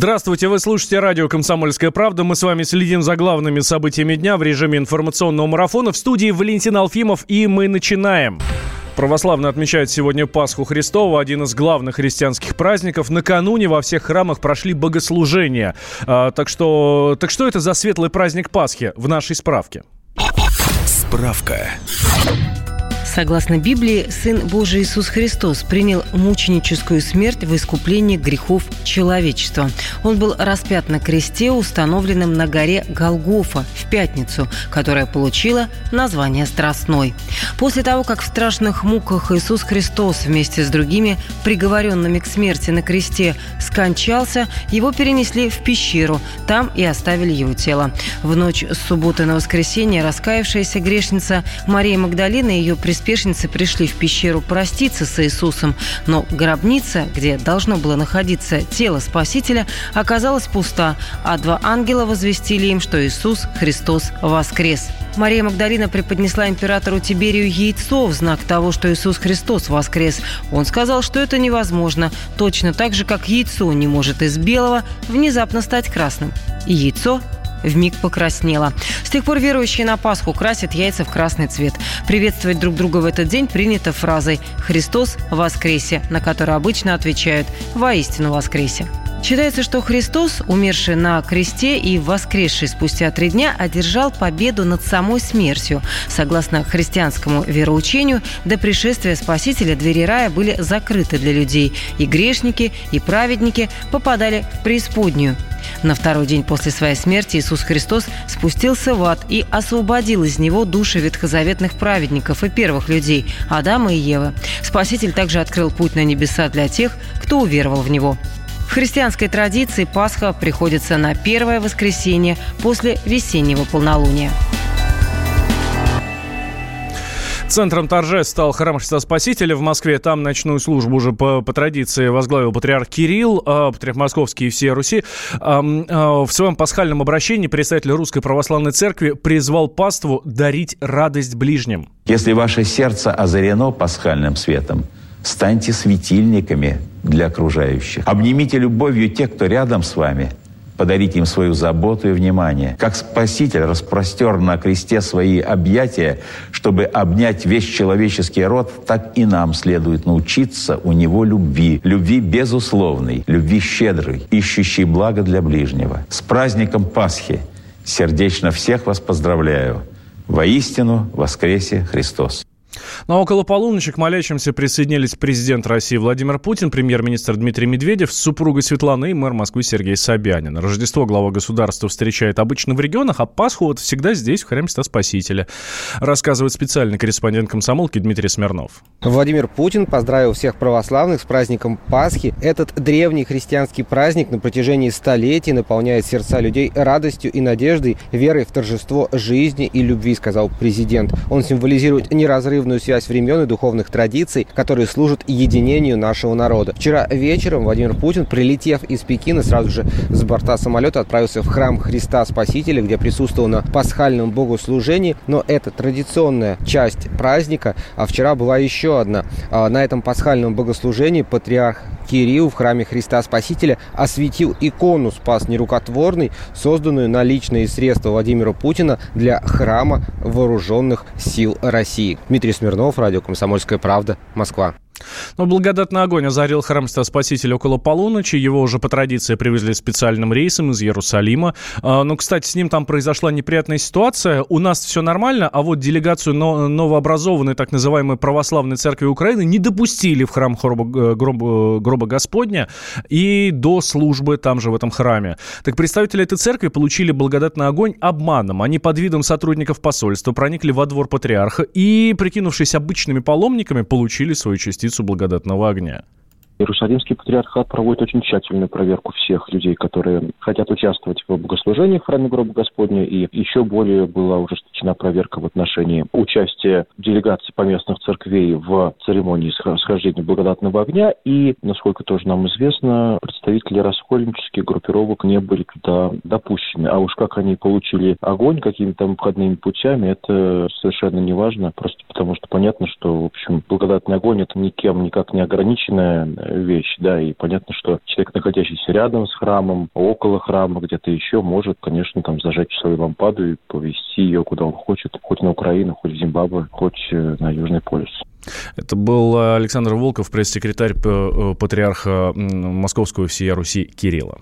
Здравствуйте, вы слушаете радио «Комсомольская правда». Мы с вами следим за главными событиями дня в режиме информационного марафона. В студии Валентин Алфимов, и мы начинаем. Православные отмечают сегодня Пасху Христову, один из главных христианских праздников. Накануне во всех храмах прошли богослужения. Так что это за светлый праздник Пасхи в нашей справке? Справка. Согласно Библии, Сын Божий Иисус Христос принял мученическую смерть в искуплении грехов человечества. Он был распят на кресте, установленном на горе Голгофа в пятницу, которая получила название Страстной. После того, как в страшных муках Иисус Христос вместе с другими, приговоренными к смерти на кресте, скончался, его перенесли в пещеру. Там и оставили его тело. В ночь с субботы на воскресенье раскаявшаяся грешница Мария Магдалина и ее приспешницы пришли в пещеру проститься с Иисусом, но гробница, где должно было находиться тело Спасителя, оказалась пуста, а два ангела возвестили им, что Иисус Христос воскрес. Мария Магдалина преподнесла императору Тиберию яйцо в знак того, что Иисус Христос воскрес. Он сказал, что это невозможно, точно так же, как яйцо не может из белого внезапно стать красным. И яйцо вмиг покраснело. С тех пор верующие на Пасху красят яйца в красный цвет. Приветствовать друг друга в этот день принято фразой «Христос воскресе», на которую обычно отвечают «Воистину воскресе». Считается, что Христос, умерший на кресте и воскресший спустя 3 дня, одержал победу над самой смертью. Согласно христианскому вероучению, до пришествия Спасителя двери рая были закрыты для людей, и грешники, и праведники попадали в преисподнюю. На 2-й день после своей смерти Иисус Христос спустился в ад и освободил из него души ветхозаветных праведников и первых людей – Адама и Евы. Спаситель также открыл путь на небеса для тех, кто уверовал в него. В христианской традиции Пасха приходится на первое воскресенье после весеннего полнолуния. Центром торжеств стал храм Христа Спасителя в Москве. Там ночную службу уже по традиции возглавил патриарх Кирилл, патриарх Московский и всей Руси. В своем пасхальном обращении представитель Русской Православной Церкви призвал паству дарить радость ближним. Если ваше сердце озарено пасхальным светом, станьте светильниками для окружающих. Обнимите любовью тех, кто рядом с вами. Подарите им свою заботу и внимание. Как Спаситель распростер на кресте свои объятия, чтобы обнять весь человеческий род, так и нам следует научиться у Него любви. Любви безусловной, любви щедрой, ищущей благо для ближнего. С праздником Пасхи сердечно всех вас поздравляю. Воистину воскресе Христос. Но около полуночи к молящимся присоединились президент России Владимир Путин, премьер-министр Дмитрий Медведев с супругой Светланой и мэр Москвы Сергей Собянин. Рождество глава государства встречает обычно в регионах, а Пасху вот всегда здесь, в храме Христа Спасителя, рассказывает специальный корреспондент «Комсомолки» Дмитрий Смирнов. Владимир Путин поздравил всех православных с праздником Пасхи. Этот древний христианский праздник на протяжении столетий наполняет сердца людей радостью и надеждой, верой в торжество жизни и любви, сказал президент. Он символизирует неразрывную связь времен и духовных традиций, которые служат единению нашего народа. Вчера вечером Владимир Путин, прилетев из Пекина, сразу же с борта самолета отправился в храм Христа Спасителя, где присутствовал на пасхальном богослужении. Но это традиционная часть праздника, а вчера была еще одна. На этом пасхальном богослужении патриарх Кирилл в храме Христа Спасителя осветил икону «Спас нерукотворный», созданную на личные средства Владимира Путина для храма Вооруженных сил России. Дмитрий Смирнов, радио «Комсомольская правда», Москва. Но благодатный огонь озарил храм Христа Спасителя около полуночи. Его уже по традиции привезли специальным рейсом из Иерусалима. Но, кстати, с ним там произошла неприятная ситуация. У нас все нормально, а вот делегацию новообразованной так называемой Православной Церкви Украины не допустили в храм гроба Господня и до службы там же в этом храме. Так представители этой церкви получили благодатный огонь обманом. Они под видом сотрудников посольства проникли во двор патриарха и, прикинувшись обычными паломниками, получили свою частицу благодатного огня. Иерусалимский патриархат проводит очень тщательную проверку всех людей, которые хотят участвовать в богослужении в храме гроба Господня. И еще более было ужесточено осуществлена проверка в отношении участия делегаций поместных церквей в церемонии схождения благодатного огня. И, насколько тоже нам известно, представители раскольнических группировок не были туда допущены. А уж как они получили огонь, какими там обходными путями, это совершенно не важно. Просто потому что понятно, что, в общем, благодатный огонь — это никем никак не ограниченная вещь, да, и понятно, что человек, находящийся рядом с храмом, около храма, где-то еще, может, конечно, там зажечь свою лампаду и повезти ее куда он хочет, хоть на Украину, хоть в Зимбабве, хоть на Южный полюс. Это был Александр Волков, пресс-секретарь патриарха Московского всея Руси Кирилла.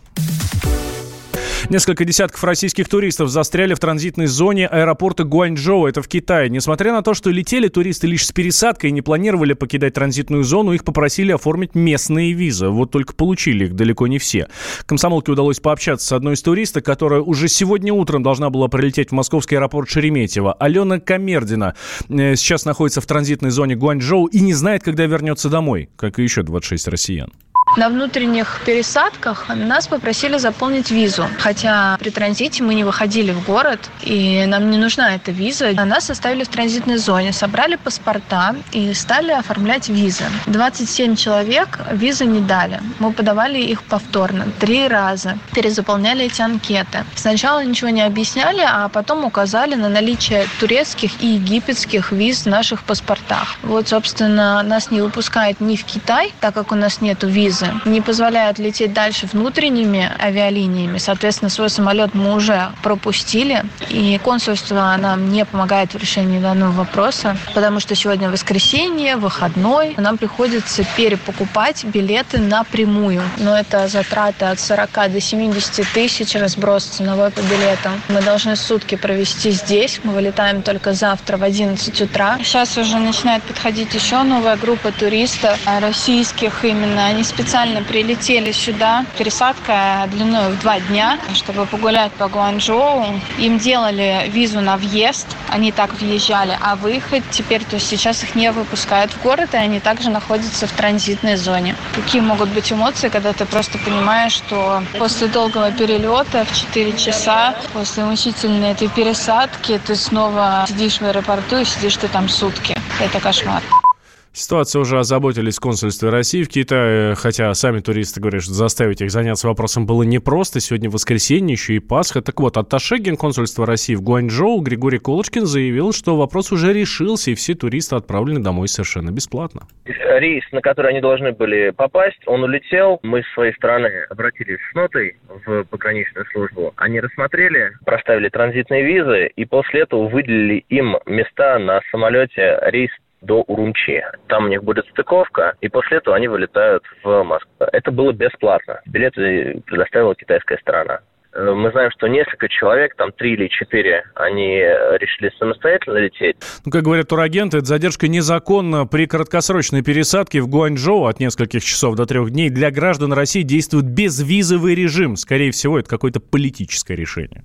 Несколько десятков российских туристов застряли в транзитной зоне аэропорта Гуанчжоу, это в Китае. Несмотря на то, что летели туристы лишь с пересадкой и не планировали покидать транзитную зону, их попросили оформить местные визы. Вот только получили их далеко не все. Комсомолке удалось пообщаться с одной из туристок, которая уже сегодня утром должна была прилететь в московский аэропорт Шереметьево. Алена Камердина сейчас находится в транзитной зоне Гуанчжоу и не знает, когда вернется домой, как и еще 26 россиян. На внутренних пересадках нас попросили заполнить визу. Хотя при транзите мы не выходили в город, и нам не нужна эта виза. Нас оставили в транзитной зоне, собрали паспорта и стали оформлять визы. 27 человек визы не дали. Мы подавали их повторно, 3 раза. Перезаполняли эти анкеты. Сначала ничего не объясняли, а потом указали на наличие турецких и египетских виз в наших паспортах. Вот, собственно, нас не выпускают ни в Китай, так как у нас нету визы, не позволяют лететь дальше внутренними авиалиниями. Соответственно, свой самолет мы уже пропустили. И консульство нам не помогает в решении данного вопроса, потому что сегодня воскресенье, выходной. Нам приходится перепокупать билеты напрямую. Но это затраты от 40 до 70 тысяч, разброс ценовой по билетам. Мы должны сутки провести здесь. Мы вылетаем только завтра в 11 утра. Сейчас уже начинает подходить еще новая группа туристов, российских именно. Они специально прилетели сюда. Пересадка длиной в 2 дня, чтобы погулять по Гуанчжоу. Им делали визу на въезд. Они так въезжали, а выехать теперь, то есть сейчас их не выпускают в город, и они также находятся в транзитной зоне. Какие могут быть эмоции, когда ты просто понимаешь, что после долгого перелета в 4 часа, после мучительной этой пересадки, ты снова сидишь в аэропорту и сидишь ты там сутки. Это кошмар. Ситуация уже озаботились в консульстве России в Китае, хотя сами туристы говорят, что заставить их заняться вопросом было непросто. Сегодня воскресенье, еще и Пасха. Так вот, атташе Генконсульства России в Гуанчжоу Григорий Колочкин заявил, что вопрос уже решился, и все туристы отправлены домой совершенно бесплатно. Рейс, на который они должны были попасть, он улетел. Мы с своей стороны обратились с нотой в пограничную службу. Они рассмотрели, проставили транзитные визы, и после этого выделили им места на самолете рейс до Урумчи. Там у них будет стыковка, и после этого они вылетают в Москву. Это было бесплатно. Билеты предоставила китайская сторона. Мы знаем, что несколько человек, там 3 или 4, они решили самостоятельно лететь. Ну, как говорят турагенты, эта задержка незаконна. При краткосрочной пересадке в Гуанчжоу от нескольких часов до 3 дней для граждан России действует безвизовый режим. Скорее всего, это какое-то политическое решение.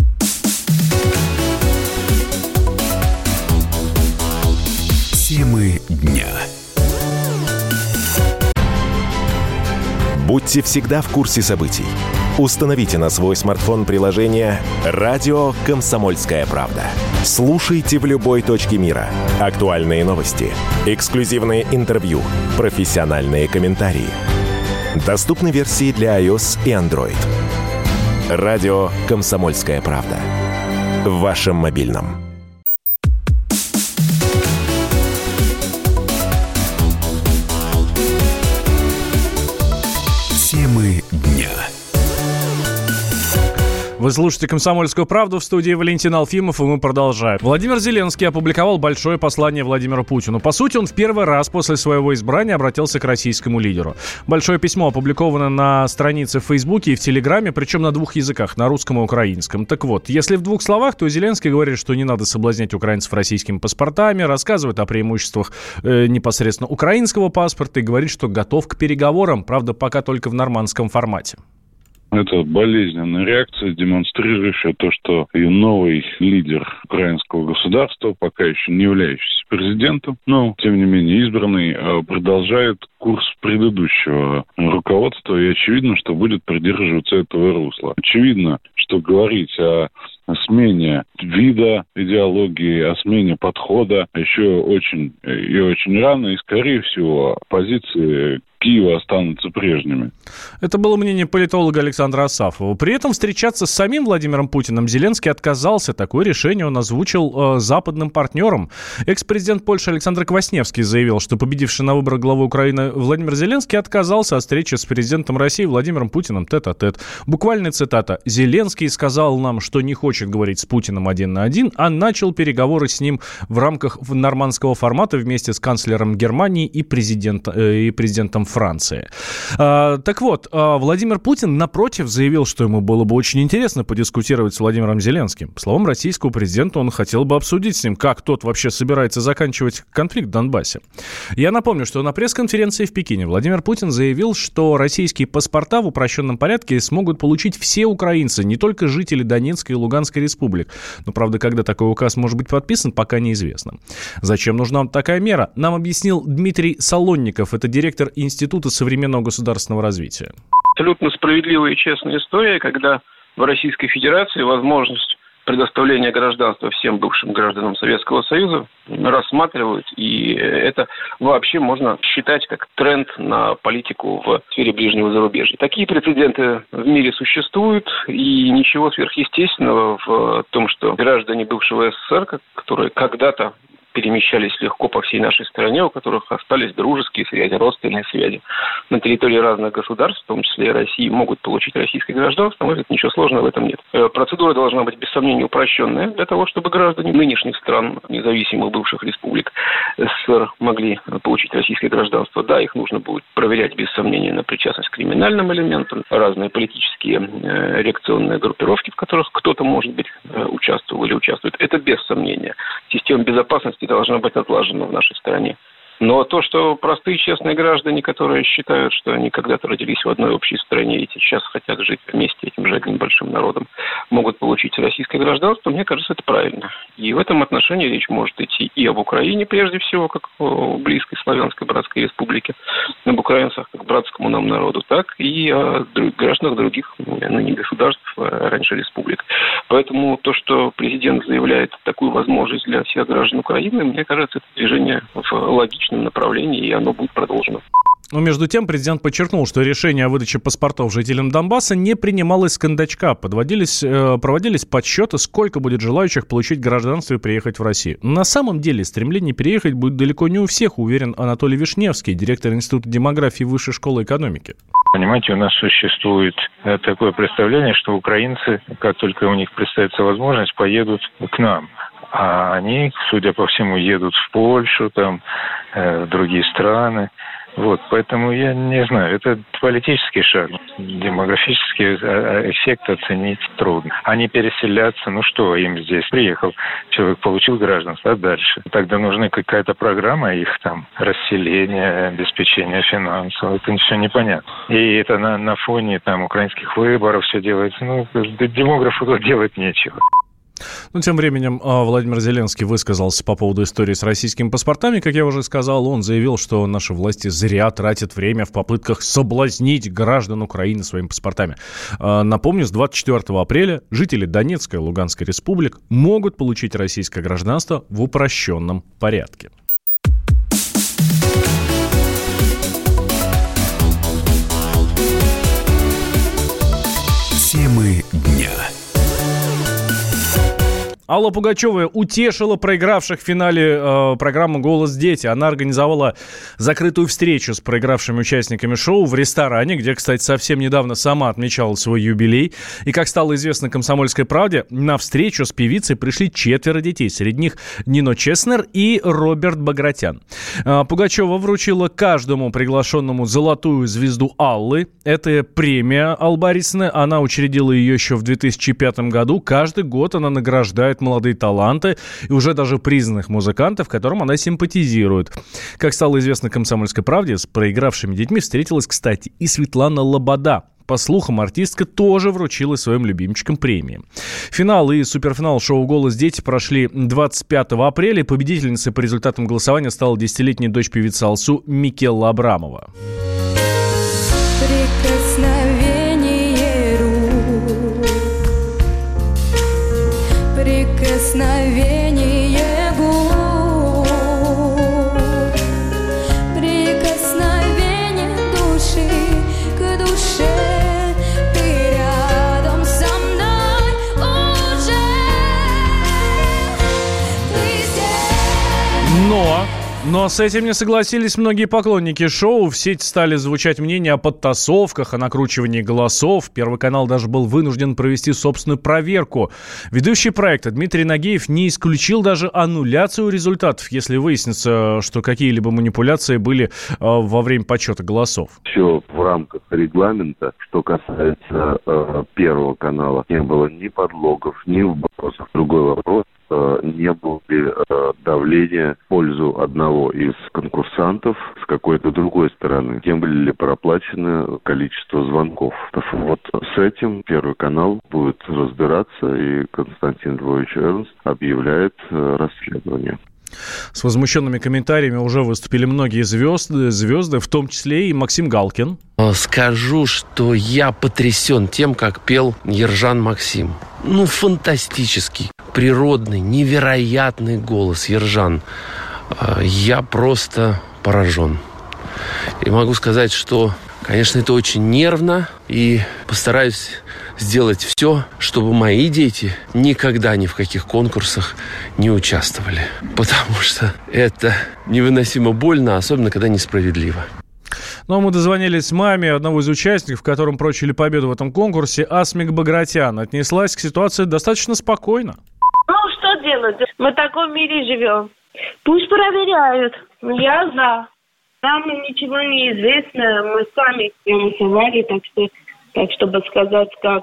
Темы дня. Будьте всегда в курсе событий. Установите на свой смартфон приложение «Радио Комсомольская правда». Слушайте в любой точке мира. Актуальные новости, эксклюзивные интервью, профессиональные комментарии. Доступны версии для iOS и Android. «Радио Комсомольская правда». В вашем мобильном. Темы дня. Вы слушаете «Комсомольскую правду», в студии Валентин Алфимов, и мы продолжаем. Владимир Зеленский опубликовал большое послание Владимиру Путину. По сути, он в первый раз после своего избрания обратился к российскому лидеру. Большое письмо опубликовано на странице в Фейсбуке и в Телеграме, причем на 2 языках, на русском и украинском. Так вот, если в 2 словах, то Зеленский говорит, что не надо соблазнять украинцев российскими паспортами, рассказывает о преимуществах непосредственно украинского паспорта и говорит, что готов к переговорам, правда, пока только в нормандском формате. Это болезненная реакция, демонстрирующая то, что и новый лидер украинского государства, пока еще не являющийся президентом, но, тем не менее, избранный, продолжает курс предыдущего руководства, и очевидно, что будет придерживаться этого русла. Очевидно, что говорить о о смене вида идеологии, о смене подхода еще очень и очень рано, и, скорее всего, позиции Киева останутся прежними. Это было мнение политолога Александра Асафова. При этом встречаться с самим Владимиром Путиным Зеленский отказался. Такое решение он озвучил западным партнерам. Экс-президент Польши Александр Квасневский заявил, что победивший на выборах главы Украины Владимир Зеленский отказался от встречи с президентом России Владимиром Путиным тет-а-тет. Буквальная цитата. «Зеленский сказал нам, что не хочет говорить с Путиным один на один, а начал переговоры с ним в рамках нормандского формата вместе с канцлером Германии и президентом Франции». Так вот, Владимир Путин, напротив, заявил, что ему было бы очень интересно подискутировать с Владимиром Зеленским. По словам российского президента, он хотел бы обсудить с ним, как тот вообще собирается заканчивать конфликт в Донбассе. Я напомню, что на пресс-конференции в Пекине Владимир Путин заявил, что российские паспорта в упрощенном порядке смогут получить все украинцы, не только жители Донецкой и Луганской республик. Но, правда, когда такой указ может быть подписан, пока неизвестно. Зачем нужна такая мера, нам объяснил Дмитрий Солонников, это директор Института современного государственного развития. Абсолютно справедливая и честная история, когда в Российской Федерации возможность предоставления гражданства всем бывшим гражданам Советского Союза рассматривают, и это вообще можно считать как тренд на политику в сфере ближнего зарубежья. Такие прецеденты в мире существуют, и ничего сверхъестественного в том, что граждане бывшего СССР, которые когда-то перемещались легко по всей нашей стране, у которых остались дружеские связи, родственные связи на территории разных государств, в том числе и России, могут получить российское гражданство. Может, ничего сложного в этом нет. Процедура должна быть, без сомнения, упрощенная для того, чтобы граждане нынешних стран, независимых бывших республик СССР, могли получить российское гражданство. Да, их нужно будет проверять, без сомнения, на причастность к криминальным элементам, разные политические реакционные группировки, в которых кто-то, может быть, участвовал или участвует. Это без сомнения. Система безопасности должна быть отлажена в нашей стране. Но то, что простые честные граждане, которые считают, что они когда-то родились в одной общей стране и сейчас хотят жить вместе этим же одним большим народом, могут получить российское гражданство, мне кажется, это правильно. И в этом отношении речь может идти и об Украине, прежде всего, как о близкой славянской братской республике, об украинцах, как братскому нам народу, так и о гражданах других ныне государств, раньше республик. Поэтому то, что президент заявляет такую возможность для всех граждан Украины, мне кажется, это движение в логичном направлении, и оно будет продолжено. Но между тем президент подчеркнул, что решение о выдаче паспортов жителям Донбасса не принималось с кондачка. Проводились подсчеты, сколько будет желающих получить гражданство и приехать в Россию. На самом деле стремление переехать будет далеко не у всех, уверен Анатолий Вишневский, директор Института демографии Высшей школы экономики. Понимаете, у нас существует такое представление, что украинцы, как только у них представится возможность, поедут к нам. А они, судя по всему, едут в Польшу, в другие страны. Вот, поэтому я не знаю, это политический шаг. Демографический эффект оценить трудно. Они переселятся, им здесь приехал, человек получил гражданство, а дальше? Тогда нужна какая-то программа их расселения, обеспечения финансов. Это все непонятно. И это на фоне украинских выборов все делается. Демографу тут делать нечего. Тем временем Владимир Зеленский высказался по поводу истории с российскими паспортами. Как я уже сказал, он заявил, что наши власти зря тратят время в попытках соблазнить граждан Украины своими паспортами. Напомню, с 24 апреля жители Донецкой и Луганской республик могут получить российское гражданство в упрощенном порядке. Темы дня. Алла Пугачева утешила проигравших в финале программы «Голос дети». Она организовала закрытую встречу с проигравшими участниками шоу в ресторане, где, кстати, совсем недавно сама отмечала свой юбилей. И, как стало известно «Комсомольской правде», на встречу с певицей пришли 4 детей. Среди них Нино Чеснер и Роберт Багратян. Пугачева вручила каждому приглашенному золотую звезду Аллы. Это премия Аллы Борисовны. Она учредила ее еще в 2005 году. Каждый год она награждает молодые таланты и уже даже признанных музыкантов, которым она симпатизирует. Как стало известно «Комсомольской правде», с проигравшими детьми встретилась, кстати, и Светлана Лобода. По слухам, артистка тоже вручила своим любимчикам премии. Финал и суперфинал шоу «Голос дети» прошли 25 апреля. Победительницей по результатам голосования стала 10-летняя дочь певицы Алсу Микелла Абрамова. Прикосновение губ, прикосновение души к душе. Ты рядом со мной уже, ты здесь. Но с этим не согласились многие поклонники шоу. В сети стали звучать мнения о подтасовках, о накручивании голосов. Первый канал даже был вынужден провести собственную проверку. Ведущий проекта Дмитрий Нагиев не исключил даже аннуляцию результатов, если выяснится, что какие-либо манипуляции были во время подсчета голосов. Все в рамках регламента. Что касается Первого канала, не было ни подлогов, ни вопросов. Другой вопрос. Не было ли давления в пользу одного из конкурсантов с какой-то другой стороны? Тем были ли проплачено количество звонков? Вот с этим Первый канал будет разбираться, и Константин Львович Эрнст объявляет расследование. С возмущенными комментариями уже выступили многие звезды, в том числе и Максим Галкин. Скажу, что я потрясен тем, как пел Ержан Максим. Фантастический, природный, невероятный голос Ержан. Я просто поражен. И могу сказать, что, конечно, это очень нервно, и постараюсь сделать все, чтобы мои дети никогда ни в каких конкурсах не участвовали. Потому что это невыносимо больно, особенно когда несправедливо. Ну, а мы дозвонились маме одного из участников, которым прочили победу в этом конкурсе. Асмик Багратян отнеслась к ситуации достаточно спокойно. Что делать? Мы в таком мире живем. Пусть проверяют. Я за. Нам ничего не известно. Мы сами голосовали, так чтобы сказать, как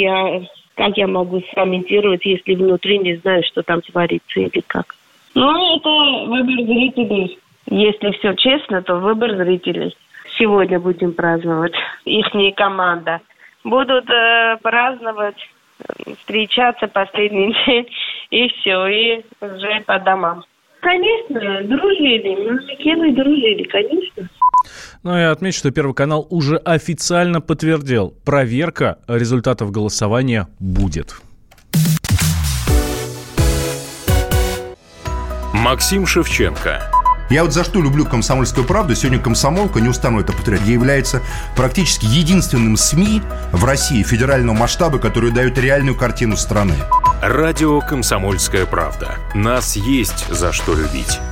я могу скомментировать, если внутри не знаю, что там творится или как. Это выбор зрителей. Если все честно, то выбор зрителей. Сегодня будем праздновать. Ихняя команда. Будут праздновать, встречаться последний день, и все, и уже по домам. Конечно, дружили. Мы дружили, конечно. Я отмечу, что Первый канал уже официально подтвердил: проверка результатов голосования будет. Максим Шевченко. Я за что люблю «Комсомольскую правду». Сегодня «Комсомолка», не устану это повторять, является практически единственным СМИ в России федерального масштаба, который дает реальную картину страны. Радио «Комсомольская правда». Нас есть за что любить.